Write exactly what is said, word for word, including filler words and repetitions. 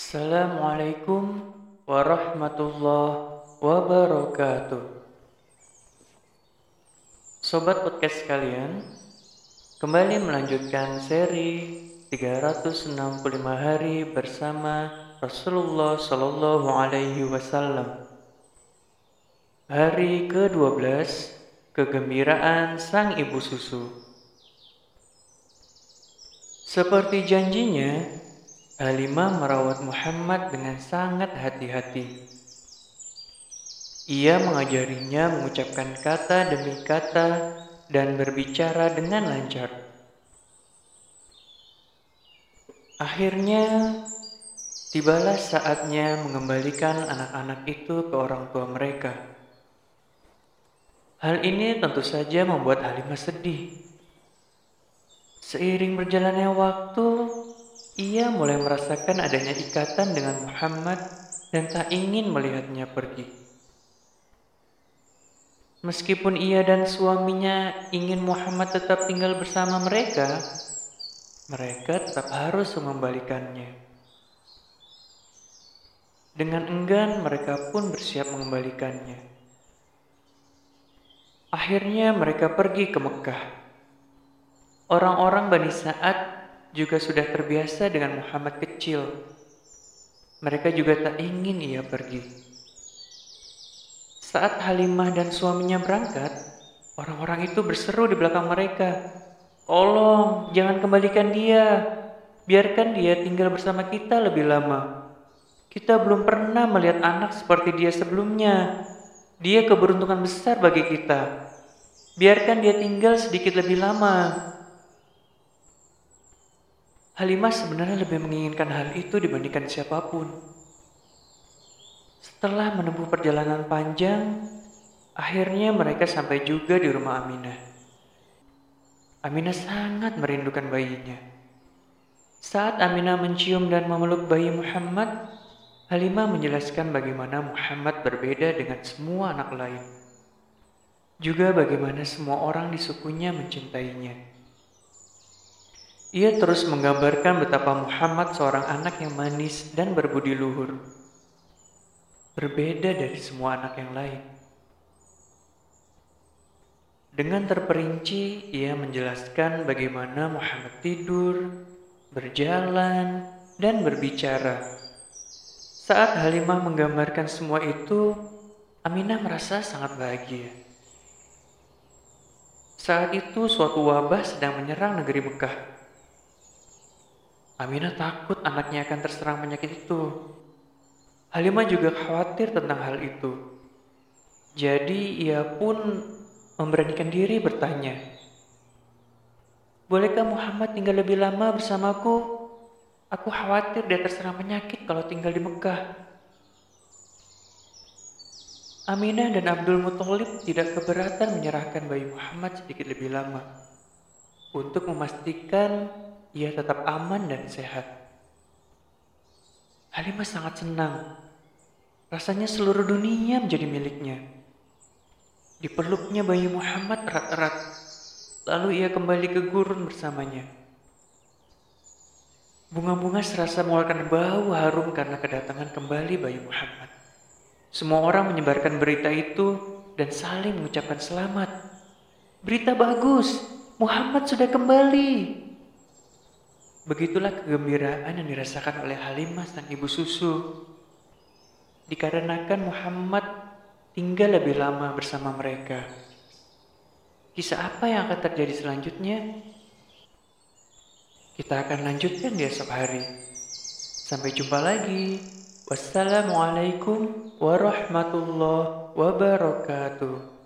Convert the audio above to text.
Assalamualaikum warahmatullahi wabarakatuh. Sobat podcast sekalian, kembali melanjutkan seri tiga ratus enam puluh lima hari bersama Rasulullah Shallallahu Alaihi Wasallam. Hari kedua belas, kegembiraan sang ibu susu. Seperti janjinya, Halimah merawat Muhammad dengan sangat hati-hati. Ia mengajarinya mengucapkan kata demi kata dan berbicara dengan lancar. Akhirnya, tibalah saatnya mengembalikan anak-anak itu ke orang tua mereka. Hal ini tentu saja membuat Halimah sedih. Seiring berjalannya waktu, ia mulai merasakan adanya ikatan dengan Muhammad dan tak ingin melihatnya pergi. Meskipun ia dan suaminya ingin Muhammad tetap tinggal bersama mereka, mereka tetap harus mengembalikannya. Dengan enggan, mereka pun bersiap mengembalikannya. Akhirnya mereka pergi ke Mekah. Orang-orang Bani Sa'ad juga sudah terbiasa dengan Muhammad kecil. Mereka juga tak ingin ia pergi. Saat Halimah dan suaminya berangkat, orang-orang itu berseru di belakang mereka, "Tolong, jangan kembalikan dia. Biarkan dia tinggal bersama kita lebih lama. Kita belum pernah melihat anak seperti dia sebelumnya. Dia keberuntungan besar bagi kita. Biarkan dia tinggal sedikit lebih lama." Halimah sebenarnya lebih menginginkan hal itu dibandingkan siapapun. Setelah menempuh perjalanan panjang, akhirnya mereka sampai juga di rumah Aminah. Aminah sangat merindukan bayinya. Saat Aminah mencium dan memeluk bayi Muhammad, Halimah menjelaskan bagaimana Muhammad berbeda dengan semua anak lain. Juga bagaimana semua orang di sukunya mencintainya. Ia terus menggambarkan betapa Muhammad seorang anak yang manis dan berbudi luhur. Berbeda dari semua anak yang lain. Dengan terperinci, ia menjelaskan bagaimana Muhammad tidur, berjalan, dan berbicara. Saat Halimah menggambarkan semua itu, Aminah merasa sangat bahagia. Saat itu suatu wabah sedang menyerang negeri Mekah. Aminah takut anaknya akan terserang penyakit itu. Halimah juga khawatir tentang hal itu. Jadi ia pun memberanikan diri bertanya, "Bolehkah Muhammad tinggal lebih lama bersamaku? Aku khawatir dia terserang penyakit kalau tinggal di Mekah." Aminah dan Abdul Muthalib tidak keberatan menyerahkan bayi Muhammad sedikit lebih lama untuk memastikan ia tetap aman dan sehat. Halimah sangat senang. Rasanya seluruh dunia menjadi miliknya. Dipeluknya bayi Muhammad erat-erat. Lalu ia kembali ke gurun bersamanya. Bunga-bunga serasa mengeluarkan bau harum karena kedatangan kembali bayi Muhammad. Semua orang menyebarkan berita itu dan saling mengucapkan selamat. "Berita bagus, Muhammad sudah kembali." Begitulah kegembiraan yang dirasakan oleh Halimah sang ibu susu. Dikarenakan Muhammad tinggal lebih lama bersama mereka. Kisah apa yang akan terjadi selanjutnya? Kita akan lanjutkan di esok hari. Sampai jumpa lagi. Wassalamualaikum warahmatullahi wabarakatuh.